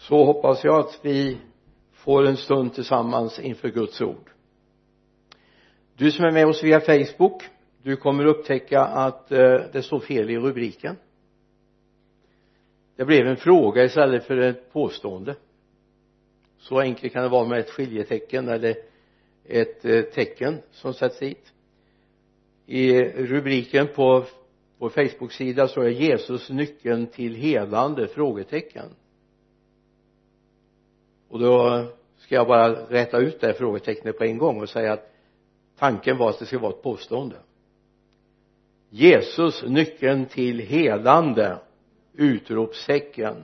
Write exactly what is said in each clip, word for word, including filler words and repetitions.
så hoppas jag att vi får en stund tillsammans inför Guds ord. Du som är med oss via Facebook, du kommer upptäcka att eh, det står fel i rubriken. Det blev en fråga istället för ett påstående. Så enkelt kan det vara med ett skiljetecken eller ett eh, tecken som sätts hit. I rubriken på vår Facebook-sida så är Jesus nyckeln till helande, frågetecken. Och då ska jag bara rätta ut det frågetecknet på en gång och säga att tanken var att det ska vara ett påstående. Jesus nyckeln till helande, utropstecken.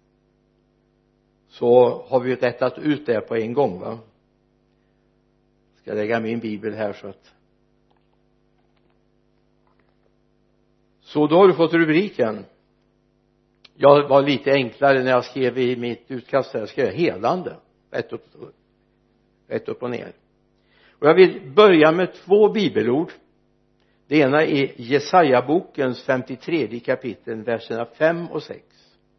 Så har vi rättat ut det på en gång, va? Ska jag lägga min bibel här så att så då har du fått rubriken. Jag var lite enklare när jag skrev i mitt utkast här, jag skrev helande rätt upp, rätt upp och ner. Och jag vill börja med två bibelord. Det ena är Jesaja-bokens femtiotredje kapitel, verserna fem och sex.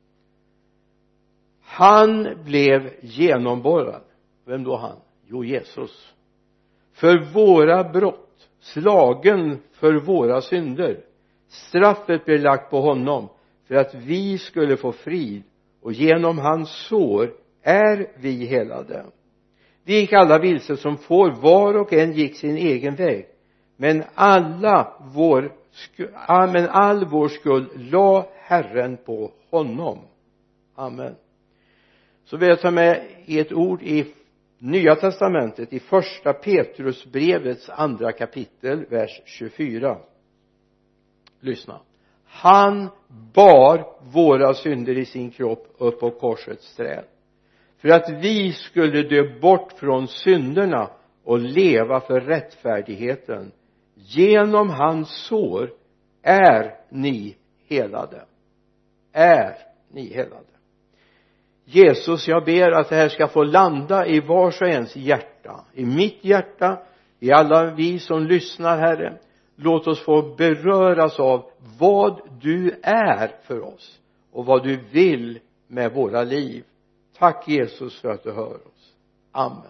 Han blev genomborrad. Vem då han? Jo, Jesus. För våra brott, slagen för våra synder. Straffet blev lagt på honom för att vi skulle få frid, och genom hans sår är vi helade. Vi gick alla vilse som får, var och en gick sin egen väg, men alla vår men all vår skuld la Herren på honom. Amen. Så vill jag ta med ett ord i Nya testamentet, i första Petrusbrevets andra kapitel, vers tjugofyra. Lyssna. Han bar våra synder i sin kropp upp på korsets träd, för att vi skulle dö bort från synderna och leva för rättfärdigheten. Genom hans sår är ni helade. Är ni helade. Jesus, jag ber att det här ska få landa i vars och ens hjärta, i mitt hjärta, i alla vi som lyssnar, Herre. Låt oss få beröras av vad du är för oss och vad du vill med våra liv. Tack Jesus för att du hör oss. Amen.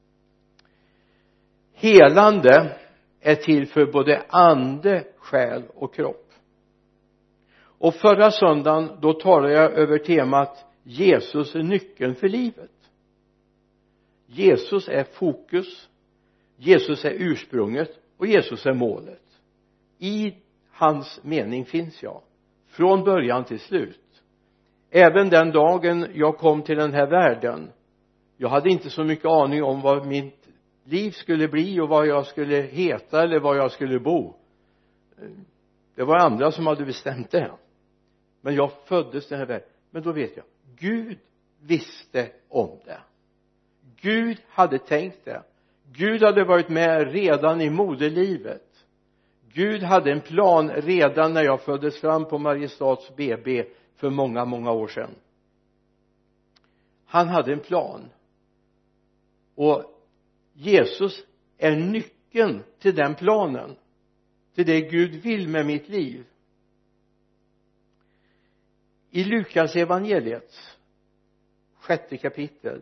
Helande är till för både ande, själ och kropp. Och förra söndagen då talade jag över temat Jesus är nyckeln för livet. Jesus är fokus, Jesus är ursprunget och Jesus är målet. I hans mening finns jag från början till slut. Även den dagen jag kom till den här världen, jag hade inte så mycket aning om vad mitt liv skulle bli och vad jag skulle heta eller var jag skulle bo. Det var andra som hade bestämt det. Men jag föddes den här världen. Men då vet jag, Gud visste om det. Gud hade tänkt det. Gud hade varit med redan i moderlivet. Gud hade en plan redan när jag föddes fram på Mariestads B B för många, många år sedan. Han hade en plan. Och Jesus är nyckeln till den planen. Till det Gud vill med mitt liv. I Lukas evangeliets sjätte kapitel.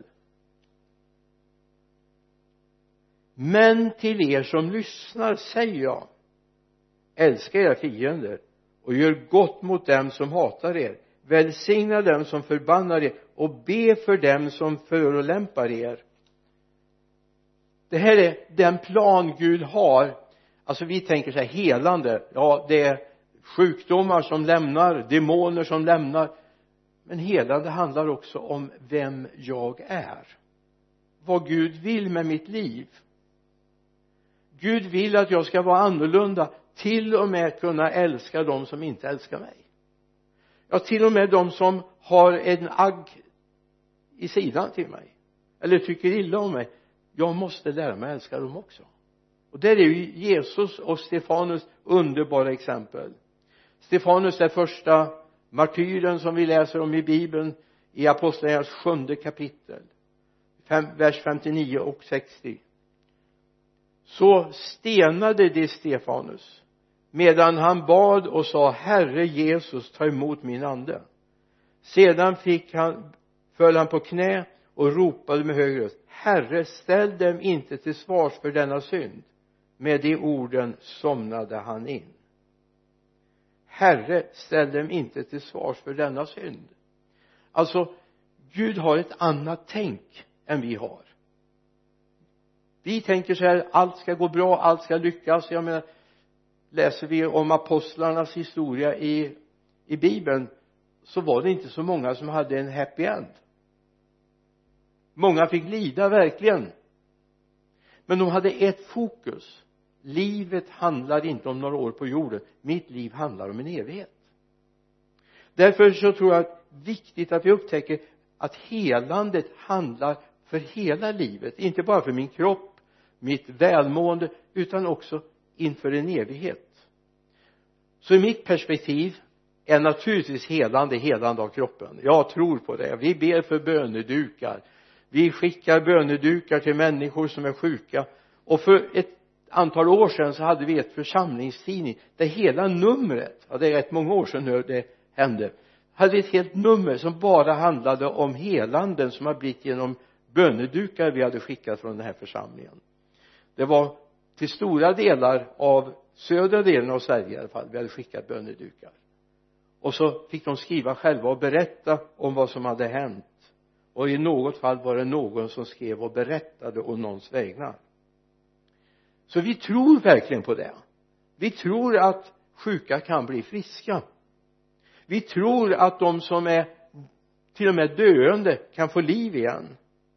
Men till er som lyssnar säger jag, älska era fiender och gör gott mot dem som hatar er. Välsigna dem som förbannar er och be för dem som förolämpar er. Det här är den plan Gud har. Alltså vi tänker så här, helande. Ja, det är sjukdomar som lämnar, demoner som lämnar. Men helande handlar också om vem jag är. Vad Gud vill med mitt liv. Gud vill att jag ska vara annorlunda. Till och med kunna älska dem som inte älskar mig. Ja, till och med de som har en agg i sidan till mig. Eller tycker illa om mig. Jag måste lära mig älska dem också. Och där är ju Jesus och Stefanus underbara exempel. Stefanus är första martyren som vi läser om i Bibeln. I Apostlagärningarnas sjunde kapitel. Fem, vers femtionio och sextio. Så stenade de Stefanus, medan han bad och sa, Herre Jesus, ta emot min ande. Sedan fick han föll han på knä och ropade med hög röst: Herre, ställ dem inte till svars för denna synd. Med de orden somnade han in. Herre, ställ dem inte till svars för denna synd. Alltså, Gud har ett annat tänk än vi har. Vi tänker så här: allt ska gå bra, allt ska lyckas. Jag menar, läser vi om apostlarnas historia i, i Bibeln, så var det inte så många som hade en happy end. Många fick lida verkligen. Men de hade ett fokus. Livet handlar inte om några år på jorden. Mitt liv handlar om en evighet. Därför så tror jag att det är viktigt att vi upptäcker att helandet handlar för hela livet. Inte bara för min kropp, mitt välmående, utan också inför en evighet. Så i mitt perspektiv är naturligtvis helande helande av kroppen. Jag tror på det. Vi ber för bönedukar. Vi skickar bönedukar till människor som är sjuka. Och för ett antal år sedan så hade vi ett församlingstidning där hela numret, ja det är rätt många år sedan nu det hände, hade vi ett helt nummer som bara handlade om helanden som har blivit genom bönedukar vi hade skickat från den här församlingen. Det var till stora delar av södra delen av Sverige i alla fall vi hade skickat bönedukar. Och så fick de skriva själva och berätta om vad som hade hänt. Och i något fall var det någon som skrev och berättade om någons vägnar. Så vi tror verkligen på det. Vi tror att sjuka kan bli friska. Vi tror att de som är till och med döende kan få liv igen.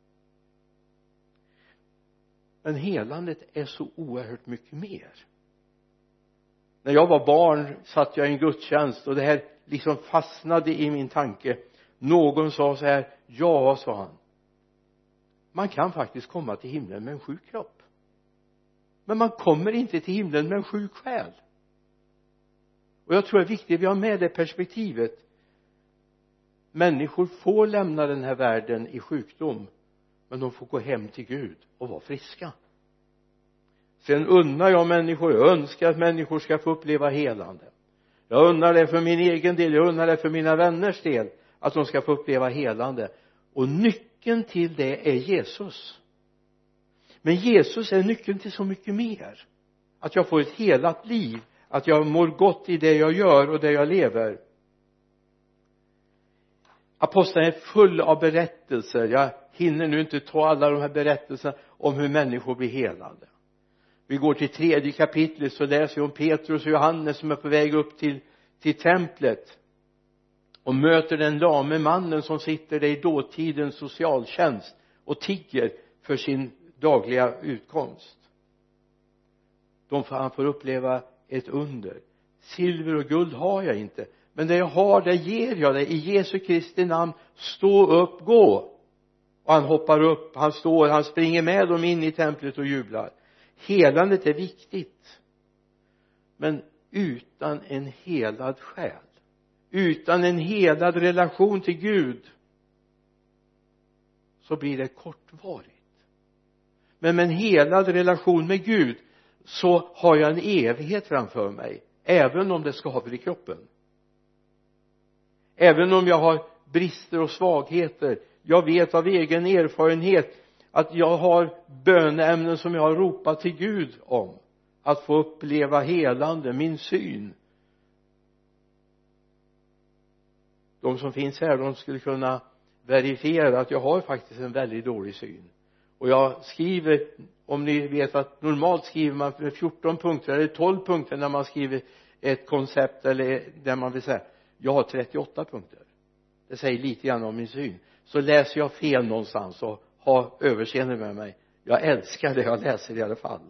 Men helandet är så oerhört mycket mer. När jag var barn satt jag i en gudstjänst och det här liksom fastnade i min tanke. Någon sa så här: ja, sa han, man kan faktiskt komma till himlen med en sjuk kropp. Men man kommer inte till himlen med en sjuk själ. Och jag tror det är viktigt att vi har med det perspektivet. Människor får lämna den här världen i sjukdom, men de får gå hem till Gud och vara friska. Sen unnar jag människor, jag önskar att människor ska få uppleva helande. Jag unnar det för min egen del, jag unnar det för mina vänners del, att de ska få uppleva helande. Och nyckeln till det är Jesus. Men Jesus är nyckeln till så mycket mer. Att jag får ett helat liv, att jag mår gott i det jag gör och det jag lever. Aposteln är full av berättelser. Jag hinner nu inte ta alla de här berättelserna om hur människor blir helade. Vi går till tredje kapitlet, så läser vi om Petrus och Johannes som är på väg upp till, till templet. Och möter den lame mannen som sitter där i dåtidens socialtjänst och tigger för sin dagliga utkomst. De får, han får uppleva ett under. Silver och guld har jag inte, men det jag har, det ger jag dig. I Jesu Kristi namn, stå upp, gå. Och han hoppar upp, han står, han springer med dem in i templet och jublar. Helandet är viktigt. Men utan en helad själ, utan en helad relation till Gud, så blir det kortvarigt. Men med en helad relation med Gud så har jag en evighet framför mig, även om det skaver i kroppen. Även om jag har brister och svagheter. Jag vet av egen erfarenhet att jag har böneämnen som jag har ropat till Gud om. Att få uppleva helande, min syn. De som finns här, de skulle kunna verifiera att jag har faktiskt en väldigt dålig syn. Och jag skriver, om ni vet att normalt skriver man för fjorton punkter eller tolv punkter när man skriver ett koncept eller där man vill säga, jag har trettioåtta punkter. Det säger lite grann om min syn. Så läser jag fel någonstans och ha överseende med mig. Jag älskar det jag läser i alla fall.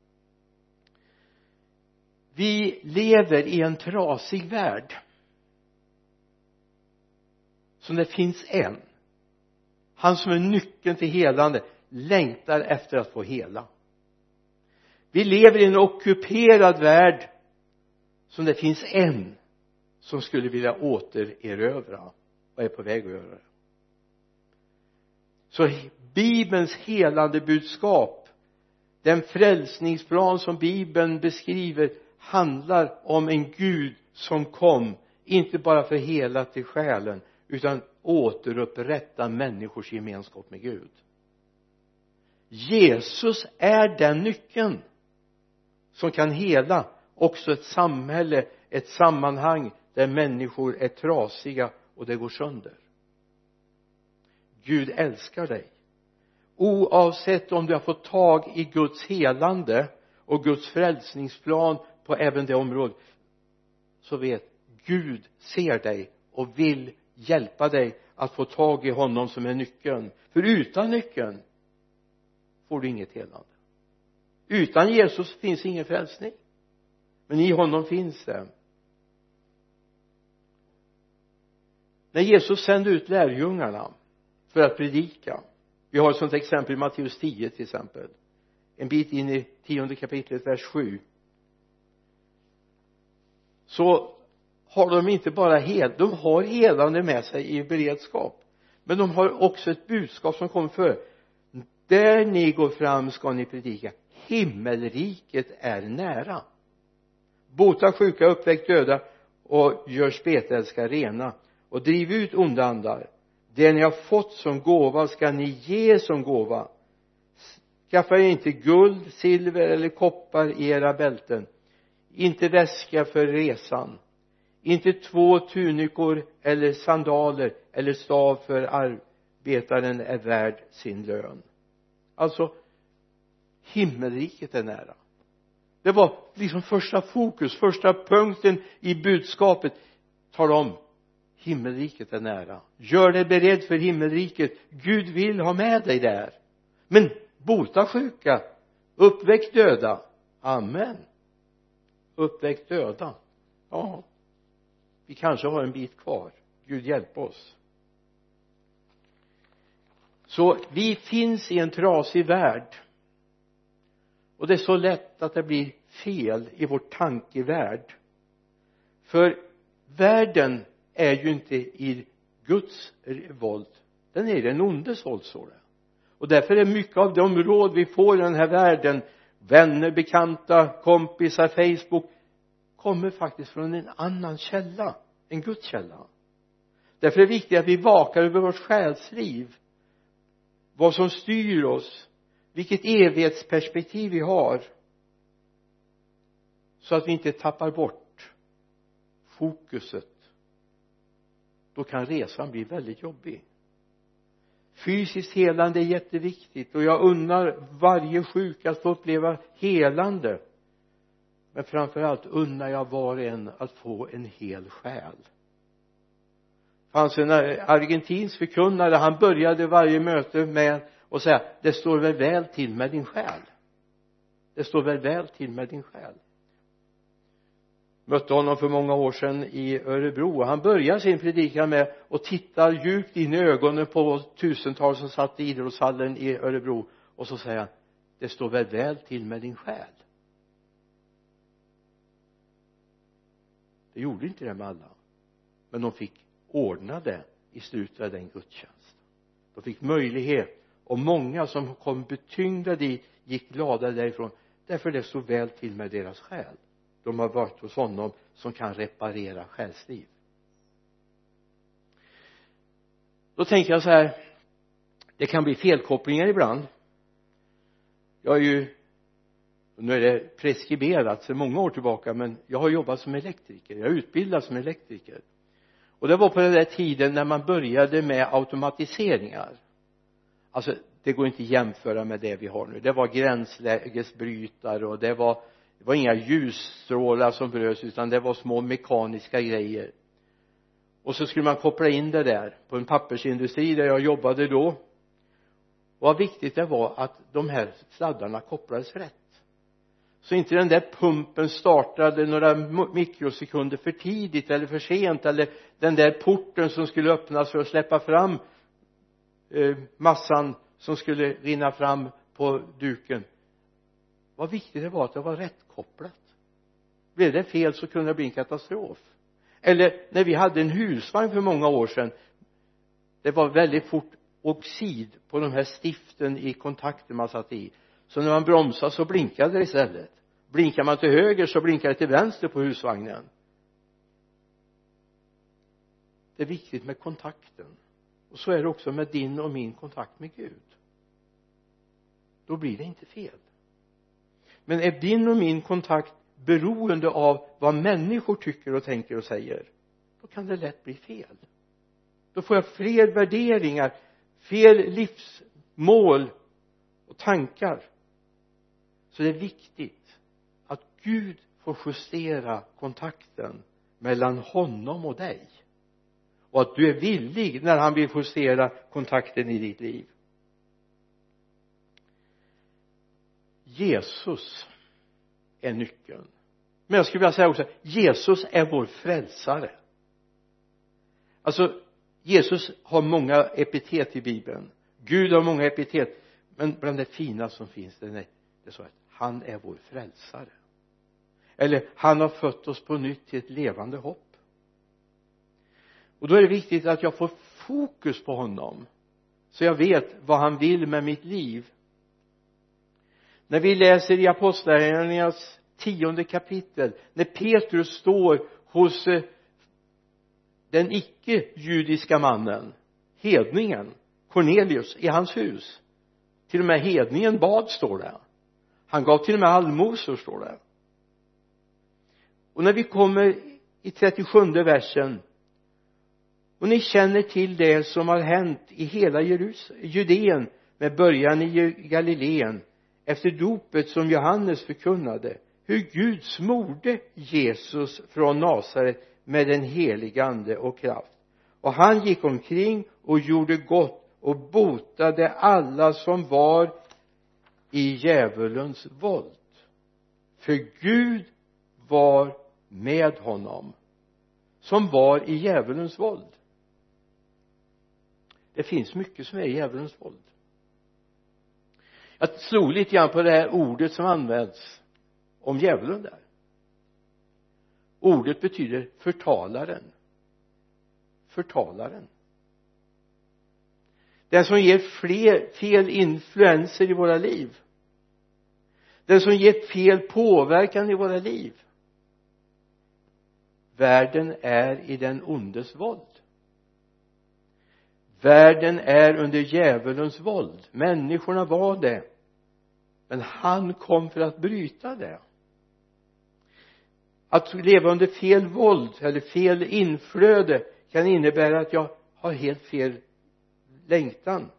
Vi lever i en trasig värld. Så det finns en. Han som är nyckeln till helande längtar efter att få hela. Vi lever i en ockuperad värld som det finns en som skulle vilja återerövra och är på väg att göra det. Så Bibelns helande budskap, den frälsningsplan som Bibeln beskriver, handlar om en Gud som kom inte bara för hela till själen utan återupprätta människors gemenskap med Gud. Jesus är den nyckeln som kan hela också ett samhälle, ett sammanhang där människor är trasiga och det går sönder. Gud älskar dig. Oavsett om du har fått tag i Guds helande och Guds frälsningsplan på även det området, så vet Gud ser dig och vill hjälpa dig att få tag i honom som är nyckeln. För utan nyckeln får du inget helande. Utan Jesus finns ingen frälsning. Men i honom finns det. När Jesus sände ut lärjungarna för att predika. Vi har ett sånt exempel i Matteus tio till exempel. En bit in i tionde kapitlet, vers sju. Så har de inte bara hel, de har helande med sig i beredskap. Men de har också ett budskap som kommer för. Där ni går fram ska ni predika. Himmelriket är nära. Bota sjuka, uppväck döda och gör spetälska rena. Och driv ut onda andar. Det ni har fått som gåva ska ni ge som gåva. Skaffa er inte guld, silver eller koppar i era bälten. Inte väska för resan. Inte två tunikor eller sandaler eller stav för arbetaren är värd sin lön. Alltså, himmelriket är nära. Det var liksom första fokus, första punkten i budskapet. Tala om, himmelriket är nära. Gör dig beredd för himmelriket. Gud vill ha med dig där. Men bota sjuka, uppväck döda. Amen. Uppväck döda. Ja, vi kanske har en bit kvar. Gud hjälp oss. Så vi finns i en trasig värld. Och det är så lätt att det blir fel i vår tankevärld. För världen är ju inte i Guds våld. Den är i den ondes våld, så det. Och därför är mycket av de råd vi får i den här världen, vänner, bekanta, kompisar, Facebook, kommer faktiskt från en annan källa, en Guds källa. Därför är det viktigt att vi vakar över vårt själsliv. Vad som styr oss, vilket evighetsperspektiv vi har, så att vi inte tappar bort fokuset. Då kan resan bli väldigt jobbig. Fysiskt helande är jätteviktigt, och jag unnar varje sjuk att få uppleva helande. Men framförallt unnar jag var och en att få en hel själ. Det fanns en argentinsk förkunnare, han började varje möte med att säga: det står väl väl till med din själ. Det står väl väl till med din själ. Mötte honom för många år sedan i Örebro, och han började sin predikan med att titta djupt in i ögonen på tusentals som satt i idrottshallen i Örebro, och så säger han: det står väl väl till med din själ. Det gjorde inte det med alla, men de fick ordna det i slutet av den gudstjänsten. De fick möjlighet, och många som kom betyngda dit gick glada därifrån, därför det stod väl till med deras själ. De har varit hos honom som kan reparera själsliv. Då tänker jag så här, det kan bli felkopplingar ibland. Jag är ju, nu är det preskriberat sedan många år tillbaka, men jag har jobbat som elektriker. Jag är utbildad som elektriker. Och det var på den där tiden när man började med automatiseringar. Alltså, det går inte att jämföra med det vi har nu. Det var gränslägesbrytare, och det var, det var inga ljusstrålar som bröts, utan det var små mekaniska grejer. Och så skulle man koppla in det där på en pappersindustri där jag jobbade då. Och vad viktigt det var att de här sladdarna kopplades rätt. Så inte den där pumpen startade några mikrosekunder för tidigt eller för sent, eller den där porten som skulle öppnas för att släppa fram eh, massan som skulle rinna fram på duken. Vad viktigt det var att det var rätt kopplat. Blev det fel så kunde det bli en katastrof. Eller när vi hade en husvagn för många år sedan, det var väldigt fort oxid på de här stiften i kontakten man satt i. Så när man bromsade så blinkade det istället. Blinkar man till höger så blinkar det till vänster på husvagnen. det är viktigt med kontakten. Och så är det också med din och min kontakt med Gud. Då blir det inte fel. Men är din och min kontakt beroende av vad människor tycker och tänker och säger, då kan det lätt bli fel. Då får jag fler värderingar, fel livsmål och tankar. Så det är viktigt att Gud får justera kontakten mellan honom och dig. Och att du är villig när han vill justera kontakten i ditt liv. Jesus är nyckeln. Men jag skulle vilja säga också, Jesus är vår frälsare. Alltså, Jesus har många epitet i Bibeln. Gud har många epitet. Men bland det fina som finns, det är det så att han är vår frälsare. Eller han har fött oss på nytt till ett levande hopp. Och då är det viktigt att jag får fokus på honom. Så jag vet vad han vill med mitt liv. När vi läser i Apostlagärningarnas tionde kapitel, när Petrus står hos den icke-judiska mannen, hedningen Cornelius, i hans hus. Till och med hedningen bad, står det. Han gav till och med allmosor, står det. Och när vi kommer i trettiosjunde versen, och ni känner till det som har hänt i hela Jerusal- Judeen med början i Galileen efter dopet som Johannes förkunnade, hur Gud smorde Jesus från Nasaret med den helige ande och kraft. Och han gick omkring och gjorde gott och botade alla som var i djävulens våld. För Gud var med honom som var i djävulens våld. Det finns mycket som är i djävulens våld. Jag slog lite grann på det här ordet som används om djävulen där. Ordet betyder förtalaren. Förtalaren. Den som ger fler, fel influenser i våra liv. Den som ger fel påverkan i våra liv. Världen är i den ondes våld. Världen är under djävulens våld. Människorna var det. Men han kom för att bryta det. Att leva under fel våld eller fel inflöde kan innebära att jag har helt fel längtan.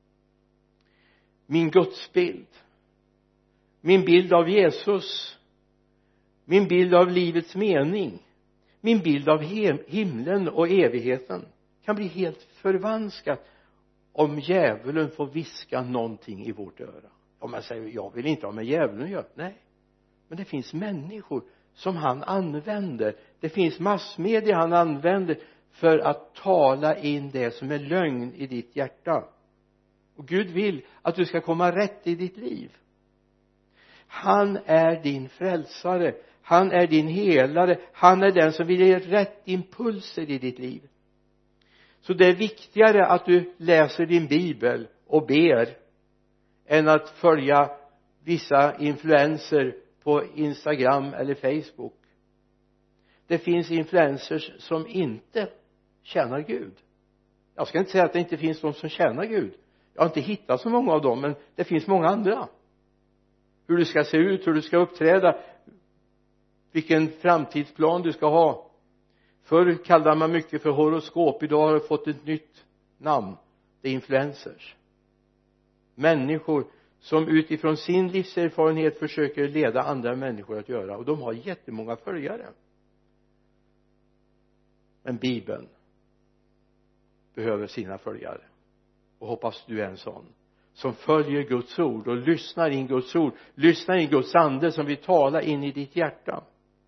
Min gudsbild. Min bild av Jesus. Min bild av livets mening. Min bild av himlen och evigheten kan bli helt förvanskat om djävulen får viska någonting i vårt öra. Om man säger, jag vill inte ha med djävulen att göra. Nej. Men det finns människor som han använder. Det finns massmedia han använder för att tala in det som är lögn i ditt hjärta. Och Gud vill att du ska komma rätt i ditt liv. Han är din frälsare. Han är din helare. Han är den som vill ge rätt impulser i ditt liv. Så det är viktigare att du läser din bibel och ber än att följa vissa influenser på Instagram eller Facebook. Det finns influencers som inte tjänar Gud. Jag ska inte säga att det inte finns de som tjänar Gud. Jag har inte hittat så många av dem, men det finns många andra. Hur du ska se ut, hur du ska uppträda, vilken framtidsplan du ska ha. Förr kallade man mycket för horoskop. Idag har det fått ett nytt namn. Det är influencers. Människor som utifrån sin livserfarenhet försöker leda andra människor att göra. Och de har jättemånga följare. Men Bibeln behöver sina följare. Och hoppas du är en sån. Som följer Guds ord och lyssnar in Guds ord. Lyssnar in Guds ande som vill tala in i ditt hjärta.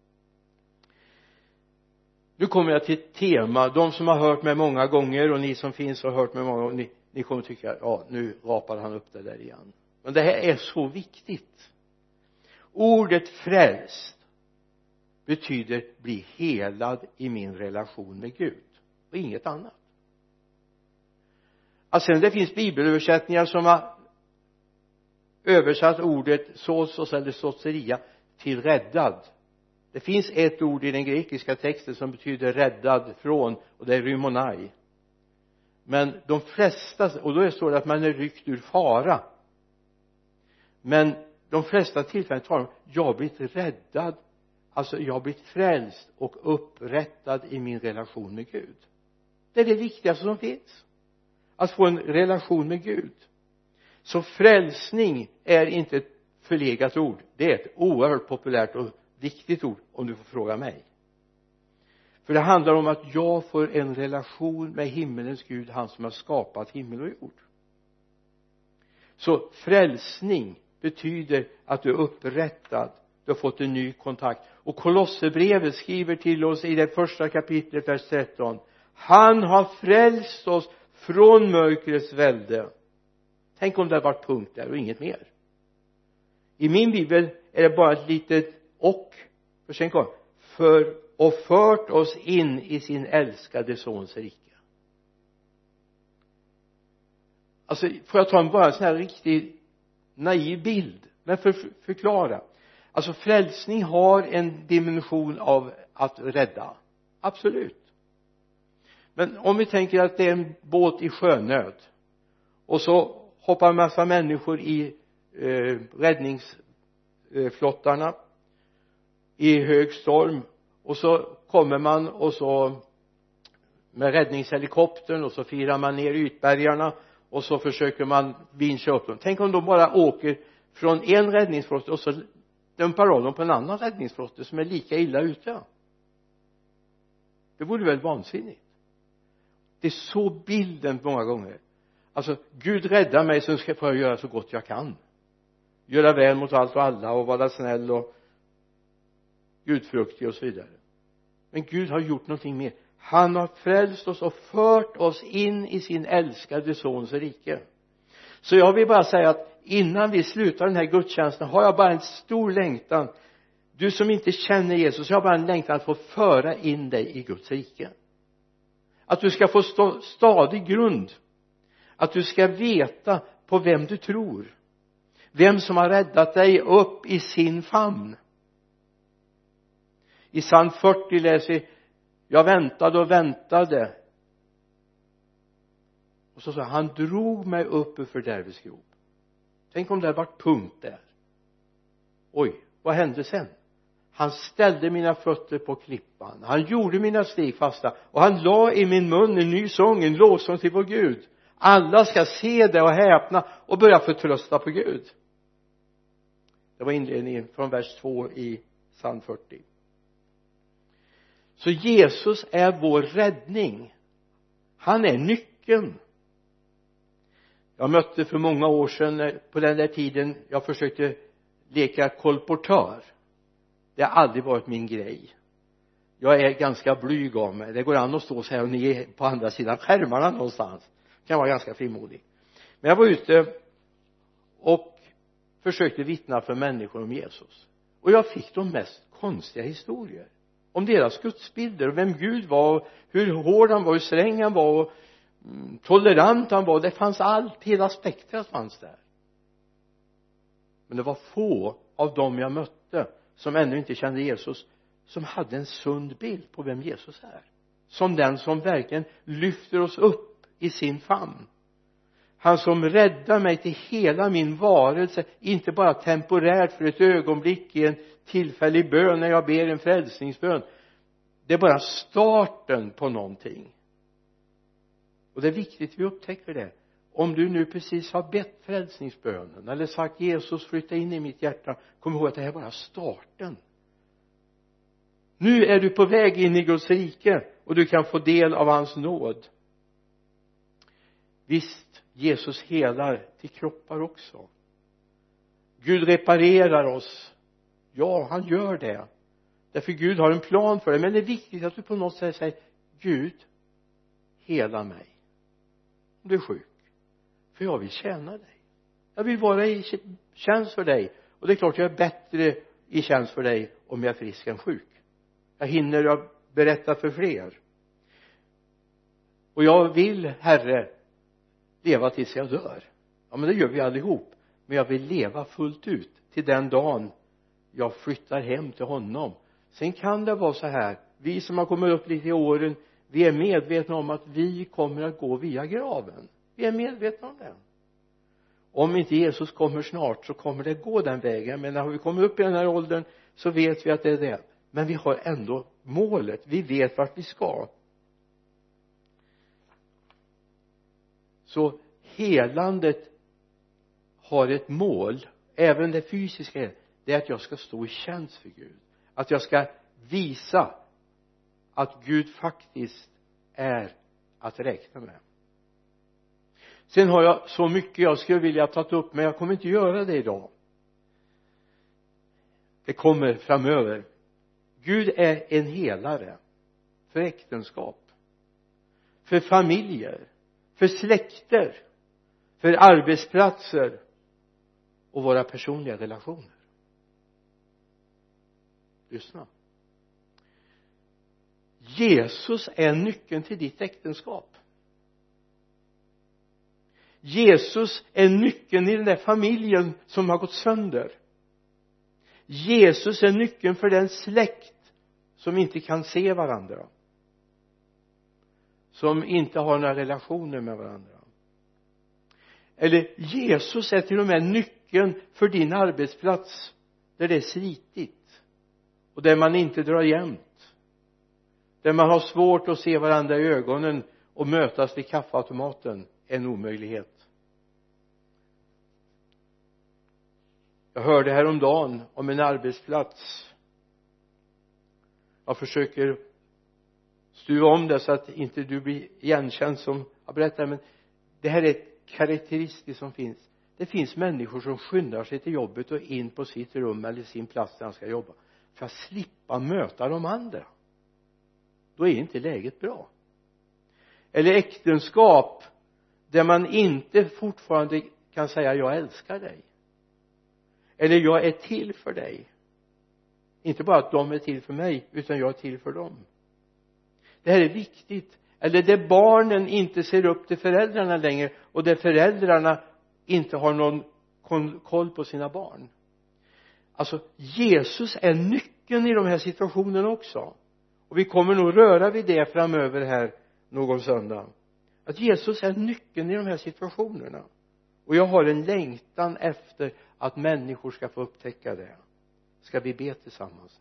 Nu kommer jag till ett tema. De som har hört mig många gånger och ni som finns och har hört mig många gånger. Ni, ni kommer tycka, ja nu rapar han upp det där igen. Men det här är så viktigt. Ordet frälst betyder bli helad i min relation med Gud. Och inget annat. Alltså det finns bibelöversättningar som har översatt ordet sås eller såseria till räddad. Det finns ett ord i den grekiska texten som betyder räddad från, och det är rymonai. Men de flesta, och då står det att man är ryckt ur fara. Men de flesta tillfällen talar om, jag har blivit räddad, alltså jag har blivit frälst och upprättad i min relation med Gud. Det är det viktigaste som finns, att få en relation med Gud. Så frälsning är inte ett förlegat ord, det är ett oerhört populärt och viktigt ord, om du får fråga mig. För det handlar om att jag får en relation med himmelens Gud, han som har skapat himmel och jord. Så frälsning betyder att du är upprättad, du har fått en ny kontakt. Och Kolosserbrevet skriver till oss i det första kapitlet, vers tretton: han har frälst oss från mörkrets välde. Tänk om det har varit punkt där och inget mer. I min bibel är det bara ett litet och, för sen kom, för och fört oss in i sin älskade sons rike. Alltså får jag ta en bara en sån här riktigt naiv bild, men för förklara. Alltså frälsning har en dimension av att rädda, absolut. Men om vi tänker att det är en båt i sjönöd och så hoppar en massa människor i eh, räddningsflottarna i hög storm, och så kommer man och så med räddningshelikoptern och så firar man ner ytbergarna och så försöker man vincha upp dem. Tänk om de bara åker från en räddningsflotte och så dumpar av dem på en annan räddningsflotte som är lika illa ute. Det vore väl vansinnigt. Det är så bilden många gånger. Alltså Gud räddar mig, så ska jag göra så gott jag kan, göra väl mot allt och alla och vara snäll och gudfruktig och så vidare. Men Gud har gjort någonting mer. Han har frälst oss och fört oss in i sin älskade sons rike. Så jag vill bara säga att innan vi slutar den här gudstjänsten har jag bara en stor längtan. Du som inte känner Jesus, jag har bara en längtan att få föra in dig i Guds rike. Att du ska få stå, stadig grund. Att du ska veta på vem du tror. Vem som har räddat dig upp i sin famn. I psalm fyrtio läser vi: jag väntade och väntade. Och så sa han, drog mig upp ur fördärvets grop. Tänk om det hade varit punkt där. Oj, vad hände sen? Han ställde mina fötter på klippan. Han gjorde mina steg fasta. Och han la i min mun en ny sång, en lovsång till vår Gud. Alla ska se det och häpna och börja förtrösta på Gud. Det var inledningen från vers två i psalm fyrtio. Så Jesus är vår räddning. Han är nyckeln. Jag mötte för många år sedan, på den där tiden jag försökte leka kolportör. Det har aldrig varit min grej. Jag är ganska blyg av mig. Det går an att stå så här och ni är på andra sidan skärmarna någonstans. Det kan vara ganska frimodig. Men jag var ute och försökte vittna för människor om Jesus. Och jag fick de mest konstiga historier. Om deras gudsbilder och vem Gud var, hur hård han var, hur sträng han var och mm, tolerant han var. Det fanns allt, hela spektrat fanns där. Men det var få av dem jag mötte som ännu inte kände Jesus som hade en sund bild på vem Jesus är. Som den som verkligen lyfter oss upp i sin famn. Han som räddar mig till hela min varelse, inte bara temporärt för ett ögonblick i en tillfällig bön när jag ber en frälsningsbön. Det är bara starten på någonting. Och det är viktigt att vi upptäcker det. Om du nu precis har bett frälsningsbönen eller sagt Jesus flytta in i mitt hjärta, kom ihåg att det här är bara starten. Nu är du på väg in i Guds rike och du kan få del av hans nåd. Visst, Jesus helar till kroppar också. Gud reparerar oss. Ja, han gör det. Därför Gud har en plan för det. Men det är viktigt att du på något sätt säger, Gud, hela mig. Om du är sjuk. För jag vill tjäna dig. Jag vill vara i tjänst för dig. Och det är klart jag är bättre i tjänst för dig om jag är frisk än sjuk. Jag hinner att berätta för fler. Och jag vill, Herre, leva tills jag dör. Ja, men det gör vi allihop. Men jag vill leva fullt ut till den dagen jag flyttar hem till honom. Sen kan det vara så här, vi som har kommit upp lite i åren, vi är medvetna om att vi kommer att gå via graven. Vi är medvetna om det. Om inte Jesus kommer snart så kommer det gå den vägen. Men när vi kommer upp i den här åldern så vet vi att det är det. Men vi har ändå målet. Vi vet vart vi ska. Så helandet har ett mål. Även det fysiska. Det är att jag ska stå i tjänst för Gud. Att jag ska visa att Gud faktiskt är att räkna med. Sen har jag så mycket jag skulle vilja ta upp, men jag kommer inte göra det idag. Det kommer framöver. Gud är en helare för äktenskap, för familjer, för släkter, för arbetsplatser och våra personliga relationer. Lyssna. Jesus är nyckeln till ditt äktenskap. Jesus är nyckeln i den där familjen som har gått sönder. Jesus är nyckeln för den släkt som inte kan se varandra. Som inte har några relationer med varandra. Eller Jesus är till och med nyckeln för din arbetsplats där det är slitigt. Och där man inte drar jämnt. Där man har svårt att se varandra i ögonen och mötas vid kaffeautomaten. En omöjlighet. Jag hörde häromdagen om en arbetsplats. Jag försöker stuva om det så att inte du blir igenkänd som jag berättar. Men det här är ett karaktäristiskt som finns. Det finns människor som skyndar sig till jobbet och in på sitt rum eller sin plats där han ska jobba. För att slippa möta de andra. Då är inte läget bra. Eller äktenskap där man inte fortfarande kan säga jag älskar dig. Eller jag är till för dig. Inte bara att de är till för mig, utan jag är till för dem. Det här är viktigt. Eller där barnen inte ser upp till föräldrarna längre. Och där föräldrarna inte har någon koll på sina barn. Alltså Jesus är nyckeln i de här situationerna också. Och vi kommer nog röra vid det framöver här någon söndag. Att Jesus är nyckeln i de här situationerna. Och jag har en längtan efter att människor ska få upptäcka det. Ska vi be tillsammans?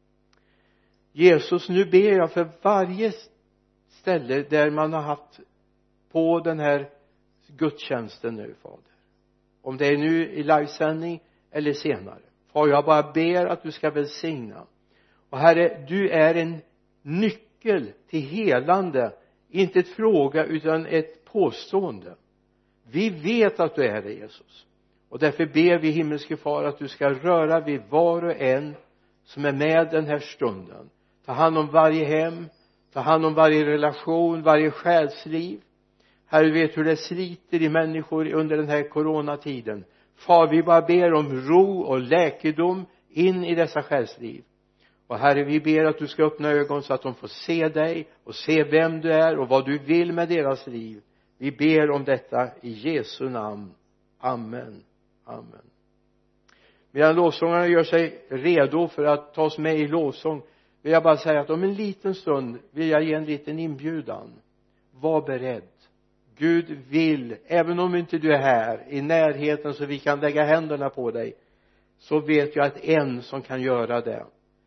Jesus, nu ber jag för varje ställe där man har haft på den här gudstjänsten nu, Fader. Om det är nu i livesändning eller senare. Far, jag bara ber att du ska välsigna. Och Herre, du är en nyckel till helande. Inte ett fråga utan ett påstående. Vi vet att du är det, Jesus. Och därför ber vi, himmelske far, att du ska röra vid var och en som är med den här stunden. Ta hand om varje hem. Ta hand om varje relation, varje själsliv. Herre, vet hur det sliter i människor under den här coronatiden. Far, vi bara ber om ro och läkedom in i dessa själsliv. Och Herre, vi ber att du ska öppna ögon så att de får se dig och se vem du är och vad du vill med deras liv. Vi ber om detta i Jesu namn. Amen. Amen. Medan lovsångarna gör sig redo för att ta oss med i lovsång, vill jag bara säga att om en liten stund vill jag ge en liten inbjudan. Var beredd. Gud vill, även om inte du är här i närheten så vi kan lägga händerna på dig, så vet jag att en som kan göra det.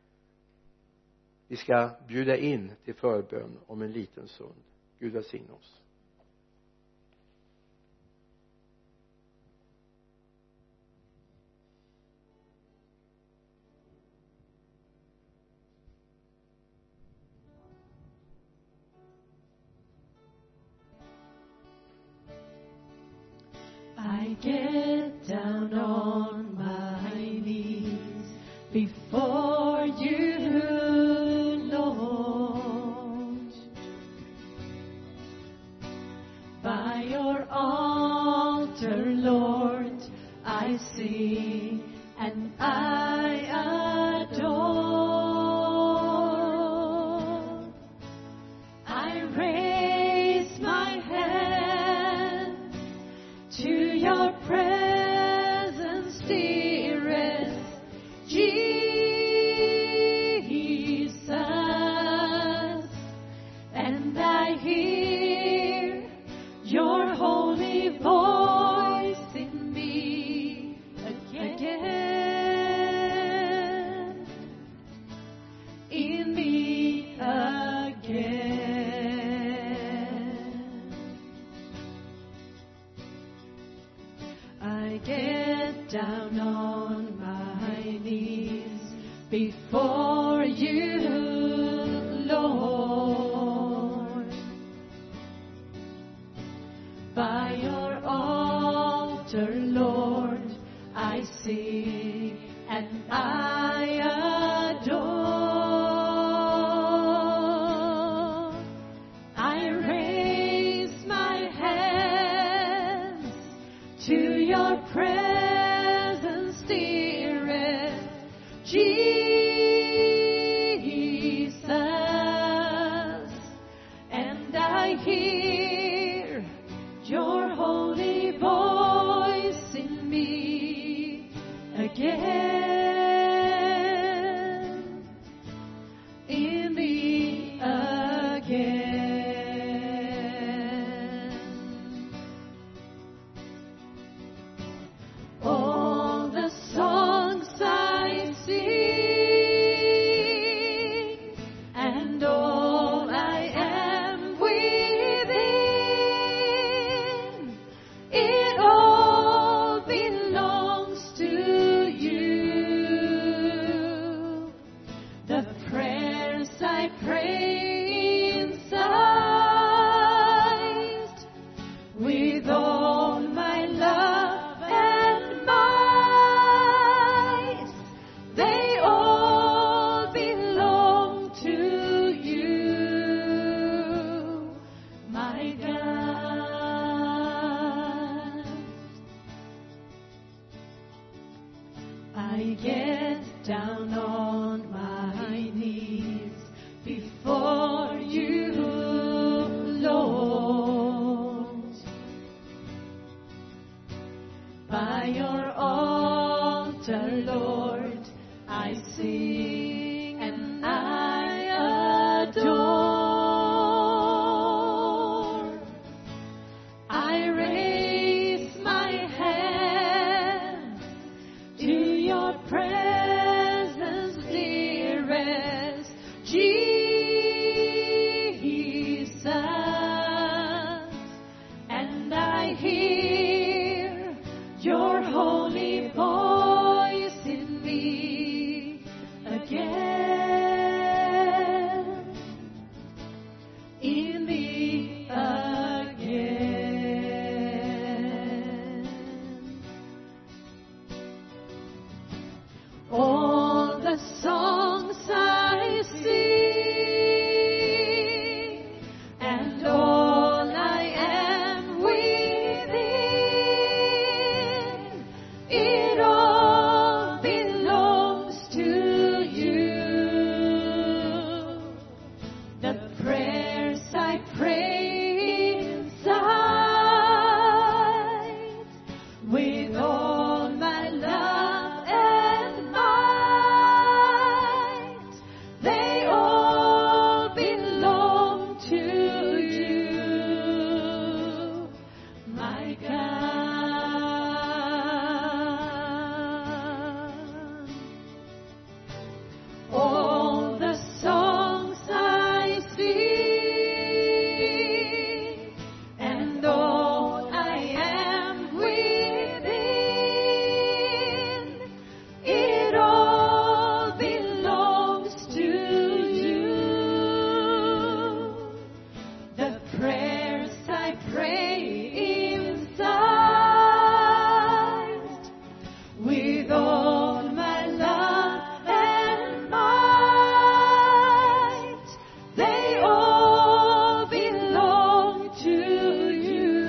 Vi ska bjuda in till förbön om en liten stund. Gud välsigne oss. I get down on my knees before you, Lord. By your altar, Lord, I sing and I adore. I raise my hand to your presence, dearest Jesus. I get down on my knees before you, Lord. By your altar, Lord, I sing and I adore. I raise my hands to your presence, dearest Jesus, and I hear your holy voice in me again, in me again. All the songs I sing and all I am within, it all belongs to you. The prayers I pray inside with all my love and might, they all belong to you, my God. I get down on my knees before you, Lord. By your altar, Lord, I sing and I adore. I raise my hands to your presence, dearest Jesus, and I hear your holy voice in me again, in me again. All the songs I sing and all I am within, it all belongs to you. The prayers I pray inside with all my love and might, they all belong to you, my God. All the songs I sing and all I am within, it all belongs to you. The prayers I pray inside with all my love and might, they all belong to you,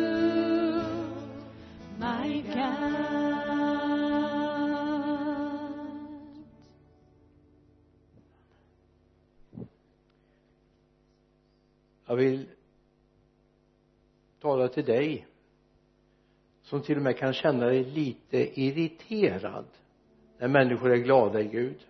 my God. Jag vill tala till dig som till och med kan känna dig lite irriterad när människor är glada i Gud.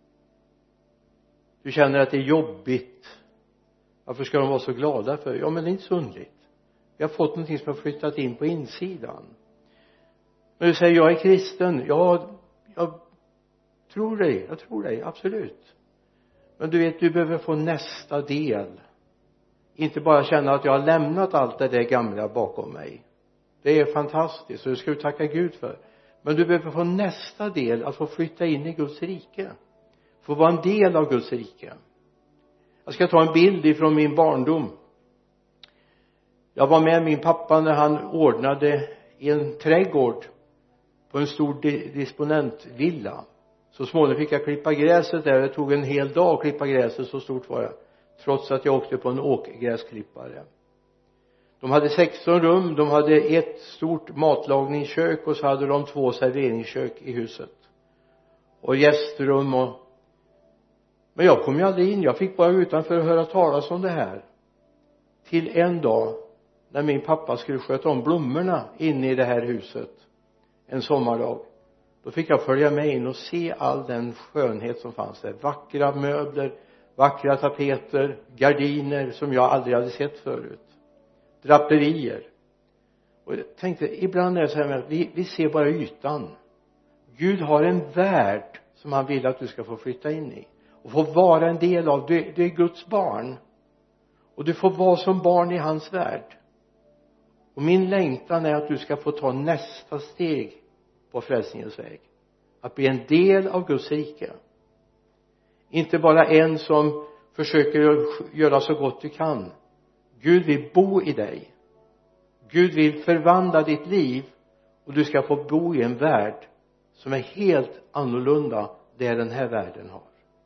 Du känner att det är jobbigt. Varför ska de vara så glada för? Ja, men det är inte så underligt. Vi har fått någonting som har flyttat in på insidan. Men du säger, jag är kristen. Ja, jag tror dig. Jag tror dig, absolut. Men du vet, du behöver få nästa del. Inte bara känna att jag har lämnat allt det där gamla bakom mig. det är fantastiskt och det ska du tacka Gud för. Men du behöver få nästa del, att få flytta in i Guds rike, få vara en del av Guds rike. Jag ska ta en bild ifrån min barndom. Jag var med min pappa när han ordnade i en trädgård på en stor disponentvilla. Så småningom fick jag klippa gräset där. Det tog en hel dag att klippa gräset, så stort var det, trots att jag åkte på en åkgräsklippare. De hade sexton rum, de hade ett stort matlagningskök och så hade de två serveringskök i huset och gästrum och... men jag kom ju aldrig in, jag fick bara utanför och höra talas om det här, till en dag när min pappa skulle sköta om blommorna inne i det här huset en sommardag. Då fick jag följa med in och se all den skönhet som fanns där. Vackra möbler, vackra tapeter, gardiner som jag aldrig hade sett förut, draperier. Och jag tänkte, ibland är det så här med att vi, vi ser bara ytan. Gud har en värld som han vill att du ska få flytta in i och få vara en del av. Du, du är Guds barn och du får vara som barn i hans värld. Och min längtan är att du ska få ta nästa steg på frälsningens väg, att bli en del av Guds rike, inte bara en som försöker göra så gott du kan. Gud vill bo i dig, Gud vill förvandla ditt liv, och du ska få bo i en värld som är helt annorlunda det den här världen har.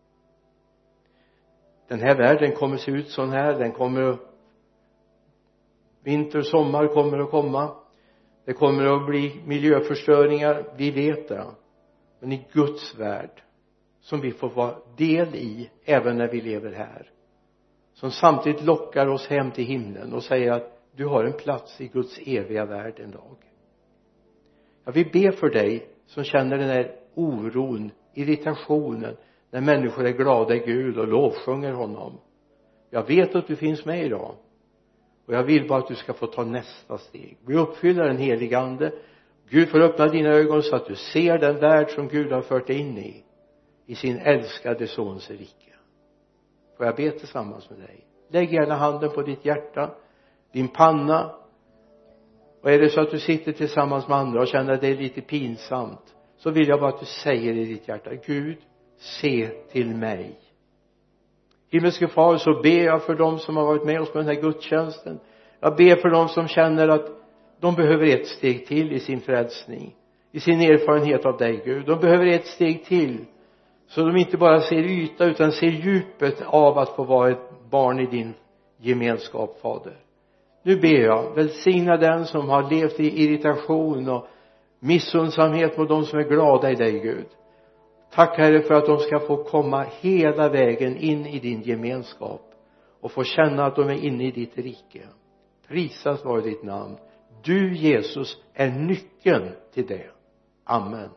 Den här världen kommer se ut sån här, den kommer, vinter och sommar kommer att komma, det kommer att bli miljöförstöringar, vi vet det. Men i Guds värld, som vi får vara del i även när vi lever här, som samtidigt lockar oss hem till himlen och säger att du har en plats i Guds eviga värld en dag. Jag vill be för dig som känner den här oron, irritationen när människor är glada i Gud och lovsjunger honom. Jag vet att du finns med idag. Och jag vill bara att du ska få ta nästa steg. Bli uppfylld av den helige ande. Gud får öppna dina ögon så att du ser den värld som Gud har fört in i. I sin älskade sons rike. Får jag be tillsammans med dig? Lägg gärna handen på ditt hjärta. Din panna. Och är det så att du sitter tillsammans med andra och känner att det är lite pinsamt, så vill jag bara att du säger i ditt hjärta: Gud, se till mig. Himmelske far, så ber jag för dem som har varit med oss på den här gudstjänsten. Jag ber för dem som känner att de behöver ett steg till i sin frälsning, i sin erfarenhet av dig, Gud. De behöver ett steg till, så de inte bara ser yta utan ser djupet av att få vara ett barn i din gemenskap, Fader. Nu ber jag, välsigna den som har levt i irritation och missundsamhet mot de som är glada i dig, Gud. Tack, Herre, för att de ska få komma hela vägen in i din gemenskap och få känna att de är inne i ditt rike. Prisas vare ditt namn. Du, Jesus, är nyckeln till det. Amen.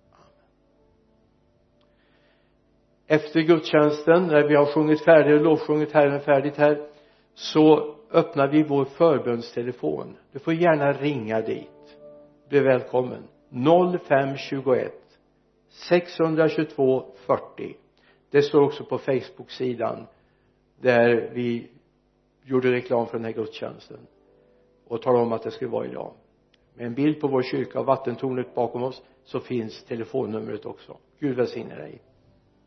Efter gudstjänsten, när vi har sjungit färdigt och lovsjungit Herren färdigt här, så öppnar vi vår förbönstelefon. Du får gärna ringa dit. Du är välkommen. noll fem tjugoett sexhundratjugotvå fyrtio. Det står också på Facebook-sidan där vi gjorde reklam för den här gudstjänsten och talade om att det skulle vara idag. Med en bild på vår kyrka och vattentornet bakom oss, så finns telefonnumret också. Gud välsigne dig.